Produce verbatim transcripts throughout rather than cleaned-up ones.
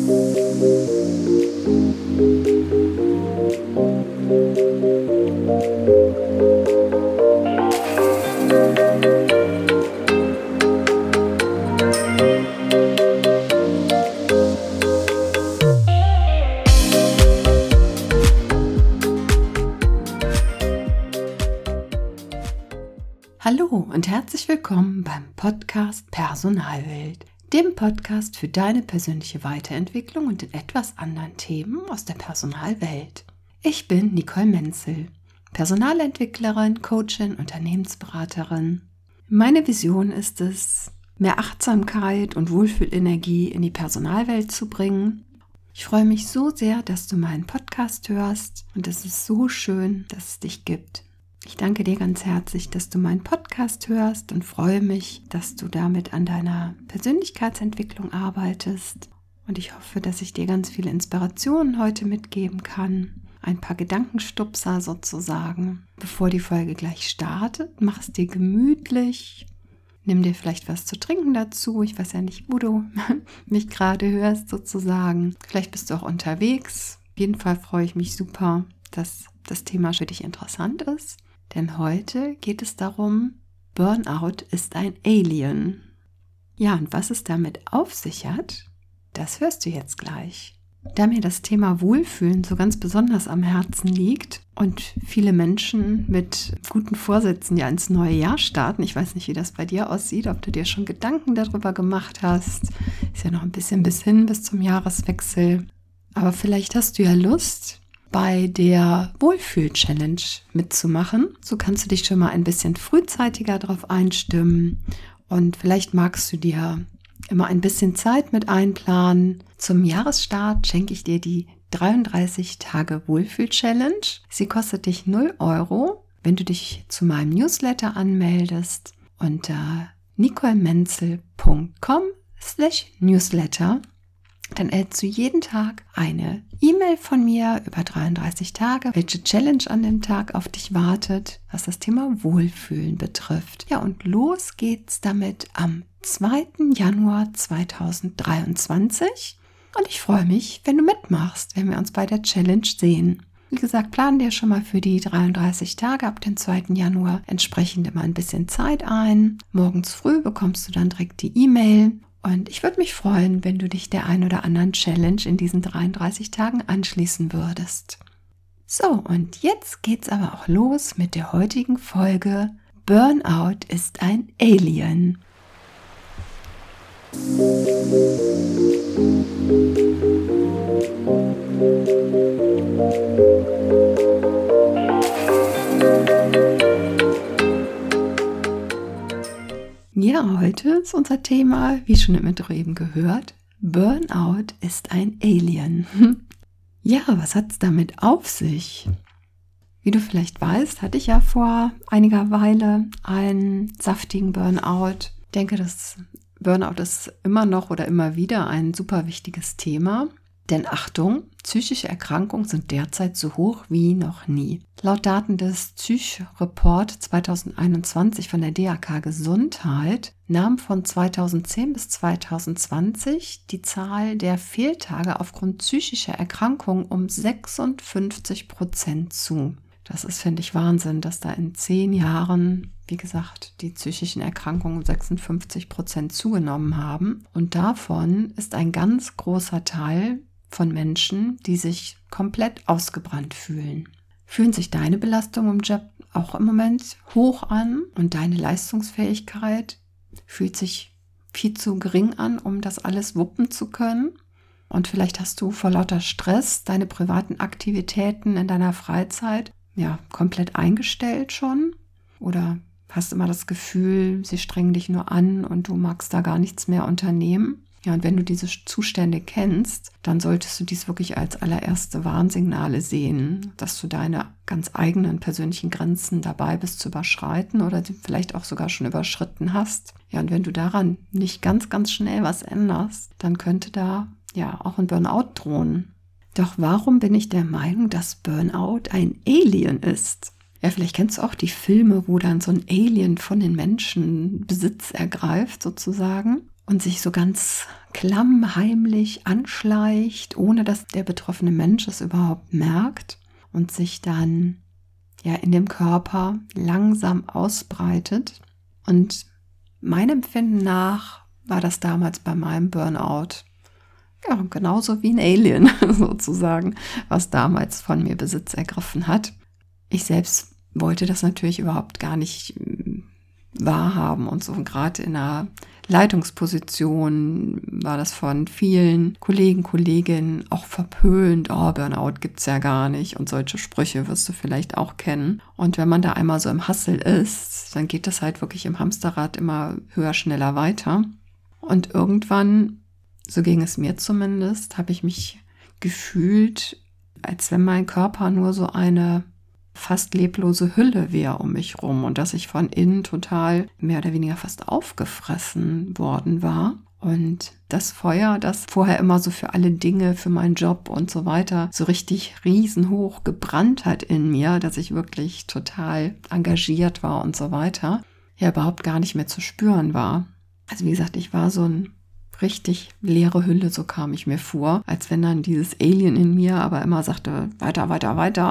Hallo und herzlich willkommen beim Podcast Personalwelt, dem Podcast für deine persönliche Weiterentwicklung und in etwas anderen Themen aus der Personalwelt. Ich bin Nicole Menzel, Personalentwicklerin, Coachin, Unternehmensberaterin. Meine Vision ist es, mehr Achtsamkeit und Wohlfühlenergie in die Personalwelt zu bringen. Ich freue mich so sehr, dass du meinen Podcast hörst und es ist so schön, dass es dich gibt. Ich danke dir ganz herzlich, dass du meinen Podcast hörst und freue mich, dass du damit an deiner Persönlichkeitsentwicklung arbeitest. Und ich hoffe, dass ich dir ganz viele Inspirationen heute mitgeben kann. Ein paar Gedankenstupser sozusagen. Bevor die Folge gleich startet, mach es dir gemütlich. Nimm dir vielleicht was zu trinken dazu. Ich weiß ja nicht, wo du mich gerade hörst sozusagen. Vielleicht bist du auch unterwegs. Auf jeden Fall freue ich mich super, dass das Thema für dich interessant ist. Denn heute geht es darum, Burnout ist ein Alien. Ja, und was es damit auf sich hat, das hörst du jetzt gleich. Da mir das Thema Wohlfühlen so ganz besonders am Herzen liegt und viele Menschen mit guten Vorsätzen ja ins neue Jahr starten, ich weiß nicht, wie das bei dir aussieht, ob du dir schon Gedanken darüber gemacht hast, ist ja noch ein bisschen bis hin, bis zum Jahreswechsel, aber vielleicht hast du ja Lust, bei der Wohlfühl-Challenge mitzumachen. So kannst du dich schon mal ein bisschen frühzeitiger darauf einstimmen und vielleicht magst du dir immer ein bisschen Zeit mit einplanen. Zum Jahresstart schenke ich dir die dreiunddreißig Tage Wohlfühl-Challenge. Sie kostet dich null Euro, wenn du dich zu meinem Newsletter anmeldest unter nicolemenzel punkt com slash newsletter. Dann erhältst du jeden Tag eine E-Mail von mir über dreiunddreißig Tage, welche Challenge an dem Tag auf dich wartet, was das Thema Wohlfühlen betrifft. Ja, und los geht's damit am zweiten Januar zweitausenddreiundzwanzig. Und ich freue mich, wenn du mitmachst, wenn wir uns bei der Challenge sehen. Wie gesagt, plan dir schon mal für die dreiunddreißig Tage ab dem zweiten Januar entsprechend immer ein bisschen Zeit ein. Morgens früh bekommst du dann direkt die E-Mail. Und ich würde mich freuen, wenn du dich der ein oder anderen Challenge in diesen dreiunddreißig Tagen anschließen würdest. So, und jetzt geht's aber auch los mit der heutigen Folge Burnout ist ein Alien. Ja, heute ist unser Thema, wie schon im Intro eben gehört, Burnout ist ein Alien. Ja, was hat es damit auf sich? Wie du vielleicht weißt, hatte ich ja vor einiger Weile einen saftigen Burnout. Ich denke, das Burnout ist immer noch oder immer wieder ein super wichtiges Thema. Denn Achtung, psychische Erkrankungen sind derzeit so hoch wie noch nie. Laut Daten des Psych-Report zweitausendeinundzwanzig von der D A K Gesundheit nahm von zweitausendzehn bis zweitausendzwanzig die Zahl der Fehltage aufgrund psychischer Erkrankungen um sechsundfünfzig Prozent zu. Das ist, finde ich, Wahnsinn, dass da in zehn Jahren, wie gesagt, die psychischen Erkrankungen um sechsundfünfzig Prozent zugenommen haben. Und davon ist ein ganz großer Teil von Menschen, die sich komplett ausgebrannt fühlen. Fühlen sich deine Belastungen im Job auch im Moment hoch an und deine Leistungsfähigkeit fühlt sich viel zu gering an, um das alles wuppen zu können? Und vielleicht hast du vor lauter Stress deine privaten Aktivitäten in deiner Freizeit ja komplett eingestellt schon oder hast immer das Gefühl, sie strengen dich nur an und du magst da gar nichts mehr unternehmen. Ja, und wenn du diese Zustände kennst, dann solltest du dies wirklich als allererste Warnsignale sehen, dass du deine ganz eigenen persönlichen Grenzen dabei bist zu überschreiten oder die vielleicht auch sogar schon überschritten hast. Ja, und wenn du daran nicht ganz, ganz schnell was änderst, dann könnte da ja auch ein Burnout drohen. Doch warum bin ich der Meinung, dass Burnout ein Alien ist? Ja, vielleicht kennst du auch die Filme, wo dann so ein Alien von den Menschen Besitz ergreift sozusagen und sich so ganz klammheimlich anschleicht, ohne dass der betroffene Mensch es überhaupt merkt und sich dann ja in dem Körper langsam ausbreitet. Und meinem Empfinden nach war das damals bei meinem Burnout ja genauso wie ein Alien sozusagen, was damals von mir Besitz ergriffen hat. Ich selbst wollte das natürlich überhaupt gar nicht wahrhaben und so. Und gerade in einer Leitungsposition war das von vielen Kollegen, Kolleginnen auch verpönt. Oh, Burnout gibt's ja gar nicht. Und solche Sprüche wirst du vielleicht auch kennen. Und wenn man da einmal so im Hassel ist, dann geht das halt wirklich im Hamsterrad immer höher, schneller weiter. Und irgendwann, so ging es mir zumindest, habe ich mich gefühlt, als wenn mein Körper nur so eine fast leblose Hülle wäre um mich rum und dass ich von innen total mehr oder weniger fast aufgefressen worden war. Und das Feuer, das vorher immer so für alle Dinge, für meinen Job und so weiter so richtig riesenhoch gebrannt hat in mir, dass ich wirklich total engagiert war und so weiter, ja überhaupt gar nicht mehr zu spüren war. Also wie gesagt, ich war so ein richtig leere Hülle, so kam ich mir vor, als wenn dann dieses Alien in mir aber immer sagte, weiter, weiter, weiter,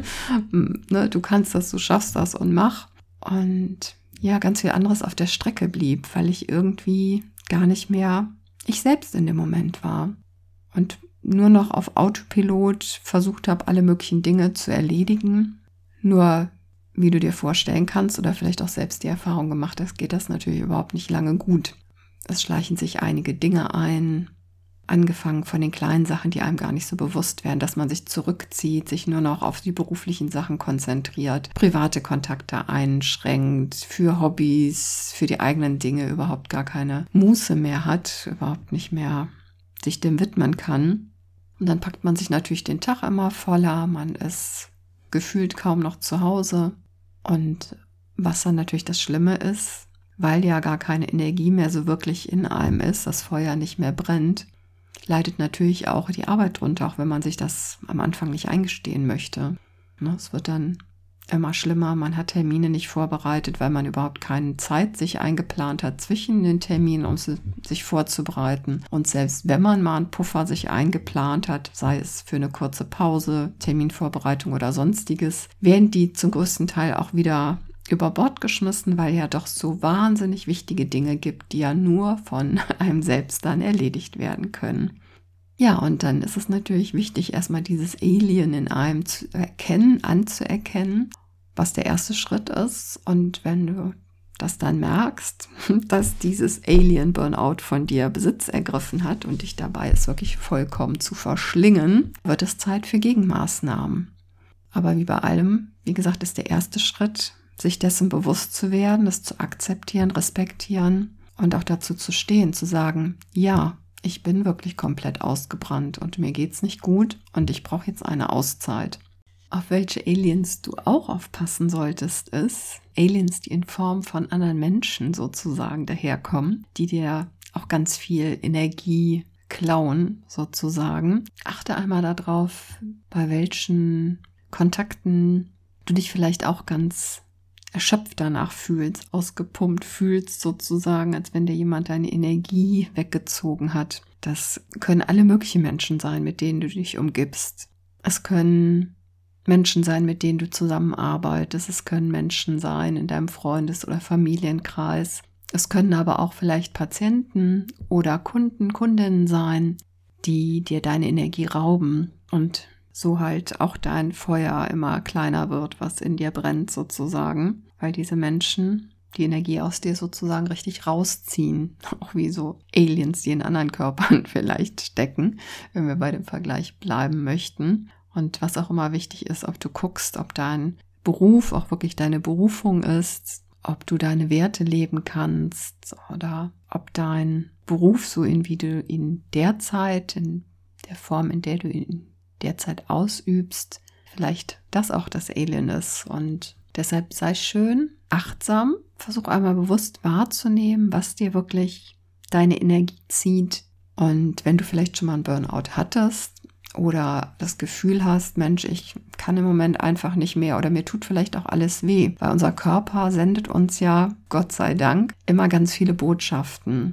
ne, du kannst das, du schaffst das und mach. Und ja, ganz viel anderes auf der Strecke blieb, weil ich irgendwie gar nicht mehr ich selbst in dem Moment war und nur noch auf Autopilot versucht habe, alle möglichen Dinge zu erledigen. Nur, wie du dir vorstellen kannst oder vielleicht auch selbst die Erfahrung gemacht hast, geht das natürlich überhaupt nicht lange gut. Es schleichen sich einige Dinge ein, angefangen von den kleinen Sachen, die einem gar nicht so bewusst werden, dass man sich zurückzieht, sich nur noch auf die beruflichen Sachen konzentriert, private Kontakte einschränkt, für Hobbys, für die eigenen Dinge überhaupt gar keine Muße mehr hat, überhaupt nicht mehr sich dem widmen kann. Und dann packt man sich natürlich den Tag immer voller, man ist gefühlt kaum noch zu Hause. Und was dann natürlich das Schlimme ist, weil ja gar keine Energie mehr so wirklich in einem ist, das Feuer nicht mehr brennt, leidet natürlich auch die Arbeit drunter, auch wenn man sich das am Anfang nicht eingestehen möchte. Es wird dann immer schlimmer, man hat Termine nicht vorbereitet, weil man überhaupt keine Zeit sich eingeplant hat zwischen den Terminen, um sich vorzubereiten. Und selbst wenn man mal einen Puffer sich eingeplant hat, sei es für eine kurze Pause, Terminvorbereitung oder sonstiges, werden die zum größten Teil auch wieder über Bord geschmissen, weil ja doch so wahnsinnig wichtige Dinge gibt, die ja nur von einem selbst dann erledigt werden können. Ja, und dann ist es natürlich wichtig, erstmal dieses Alien in einem zu erkennen, anzuerkennen, was der erste Schritt ist. Und wenn du das dann merkst, dass dieses Alien-Burnout von dir Besitz ergriffen hat und dich dabei ist, wirklich vollkommen zu verschlingen, wird es Zeit für Gegenmaßnahmen. Aber wie bei allem, wie gesagt, ist der erste Schritt, sich dessen bewusst zu werden, das zu akzeptieren, respektieren und auch dazu zu stehen, zu sagen, ja, ich bin wirklich komplett ausgebrannt und mir geht's nicht gut und ich brauche jetzt eine Auszeit. Auf welche Aliens du auch aufpassen solltest, ist Aliens, die in Form von anderen Menschen sozusagen daherkommen, die dir auch ganz viel Energie klauen sozusagen. Achte einmal darauf, bei welchen Kontakten du dich vielleicht auch ganz erschöpft danach fühlst, ausgepumpt fühlst sozusagen, als wenn dir jemand deine Energie weggezogen hat. Das können alle möglichen Menschen sein, mit denen du dich umgibst. Es können Menschen sein, mit denen du zusammenarbeitest. Es können Menschen sein in deinem Freundes- oder Familienkreis. Es können aber auch vielleicht Patienten oder Kunden, Kundinnen sein, die dir deine Energie rauben und so halt auch dein Feuer immer kleiner wird, was in dir brennt sozusagen, weil diese Menschen die Energie aus dir sozusagen richtig rausziehen, auch wie so Aliens, die in anderen Körpern vielleicht stecken, wenn wir bei dem Vergleich bleiben möchten. Und was auch immer wichtig ist, ob du guckst, ob dein Beruf auch wirklich deine Berufung ist, ob du deine Werte leben kannst oder ob dein Beruf so in wie du in der Zeit, in der Form, in der du ihn derzeit ausübst, vielleicht das auch das Alien ist. Und deshalb sei schön achtsam, versuch einmal bewusst wahrzunehmen, was dir wirklich deine Energie zieht. Und wenn du vielleicht schon mal einen Burnout hattest oder das Gefühl hast, Mensch, ich kann im Moment einfach nicht mehr oder mir tut vielleicht auch alles weh, weil unser Körper sendet uns ja, Gott sei Dank, immer ganz viele Botschaften.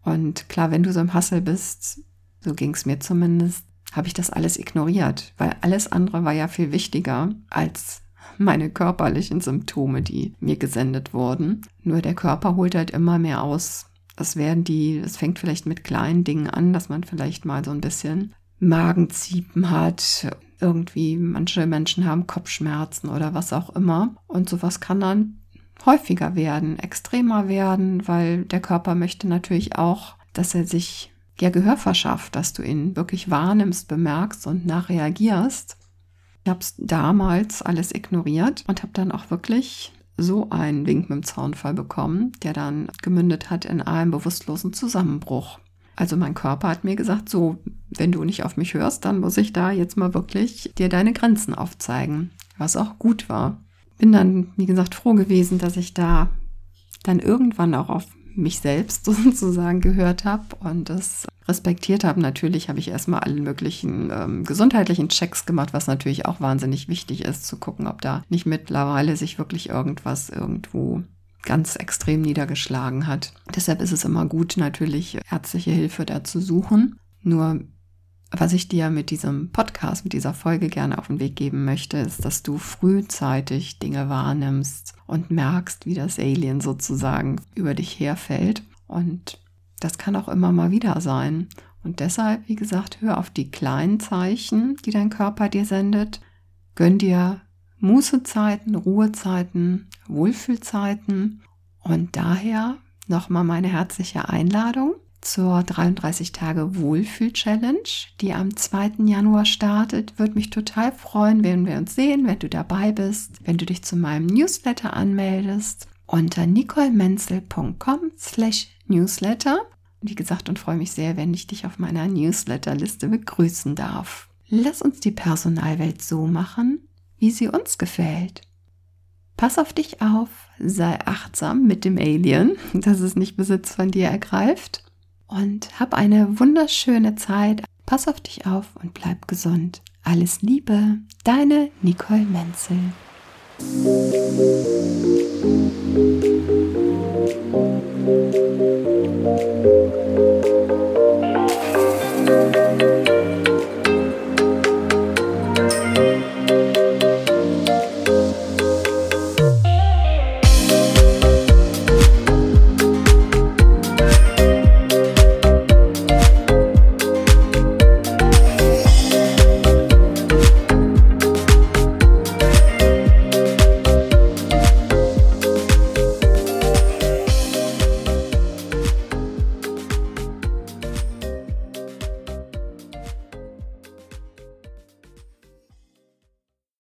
Und klar, wenn du so im Hustle bist, so ging es mir zumindest, habe ich das alles ignoriert, weil alles andere war ja viel wichtiger als meine körperlichen Symptome, die mir gesendet wurden. Nur der Körper holt halt immer mehr aus. Das werden die, es fängt vielleicht mit kleinen Dingen an, dass man vielleicht mal so ein bisschen Magenziepen hat. Irgendwie, manche Menschen haben Kopfschmerzen oder was auch immer. Und sowas kann dann häufiger werden, extremer werden, weil der Körper möchte natürlich auch, dass er sich ja Gehör verschafft, dass du ihn wirklich wahrnimmst, bemerkst und nachreagierst. Ich habe es damals alles ignoriert und habe dann auch wirklich so einen Wink mit dem Zaunfall bekommen, der dann gemündet hat in einem bewusstlosen Zusammenbruch. Also mein Körper hat mir gesagt, so, wenn du nicht auf mich hörst, dann muss ich da jetzt mal wirklich dir deine Grenzen aufzeigen, was auch gut war. Bin dann, wie gesagt, froh gewesen, dass ich da dann irgendwann auch auf mich selbst sozusagen gehört habe und das respektiert habe. Natürlich habe ich erstmal alle möglichen ähm, gesundheitlichen Checks gemacht, was natürlich auch wahnsinnig wichtig ist, zu gucken, ob da nicht mittlerweile sich wirklich irgendwas irgendwo ganz extrem niedergeschlagen hat. Deshalb ist es immer gut, natürlich ärztliche Hilfe da zu suchen. Nur was ich dir mit diesem Podcast, mit dieser Folge gerne auf den Weg geben möchte, ist, dass du frühzeitig Dinge wahrnimmst und merkst, wie das Alien sozusagen über dich herfällt. Und das kann auch immer mal wieder sein. Und deshalb, wie gesagt, hör auf die kleinen Zeichen, die dein Körper dir sendet. Gönn dir Mußezeiten, Ruhezeiten, Wohlfühlzeiten. Und daher nochmal meine herzliche Einladung zur dreiunddreißig Tage Wohlfühl-Challenge, die am zweiten Januar startet. Würde mich total freuen, wenn wir uns sehen, wenn du dabei bist, wenn du dich zu meinem Newsletter anmeldest unter nicolemenzel punkt com slash newsletter. Wie gesagt, und freue mich sehr, wenn ich dich auf meiner Newsletterliste begrüßen darf. Lass uns die Personalwelt so machen, wie sie uns gefällt. Pass auf dich auf, sei achtsam mit dem Alien, dass es nicht Besitz von dir ergreift. Und hab eine wunderschöne Zeit. Pass auf dich auf und bleib gesund. Alles Liebe, deine Nicole Menzel. Musik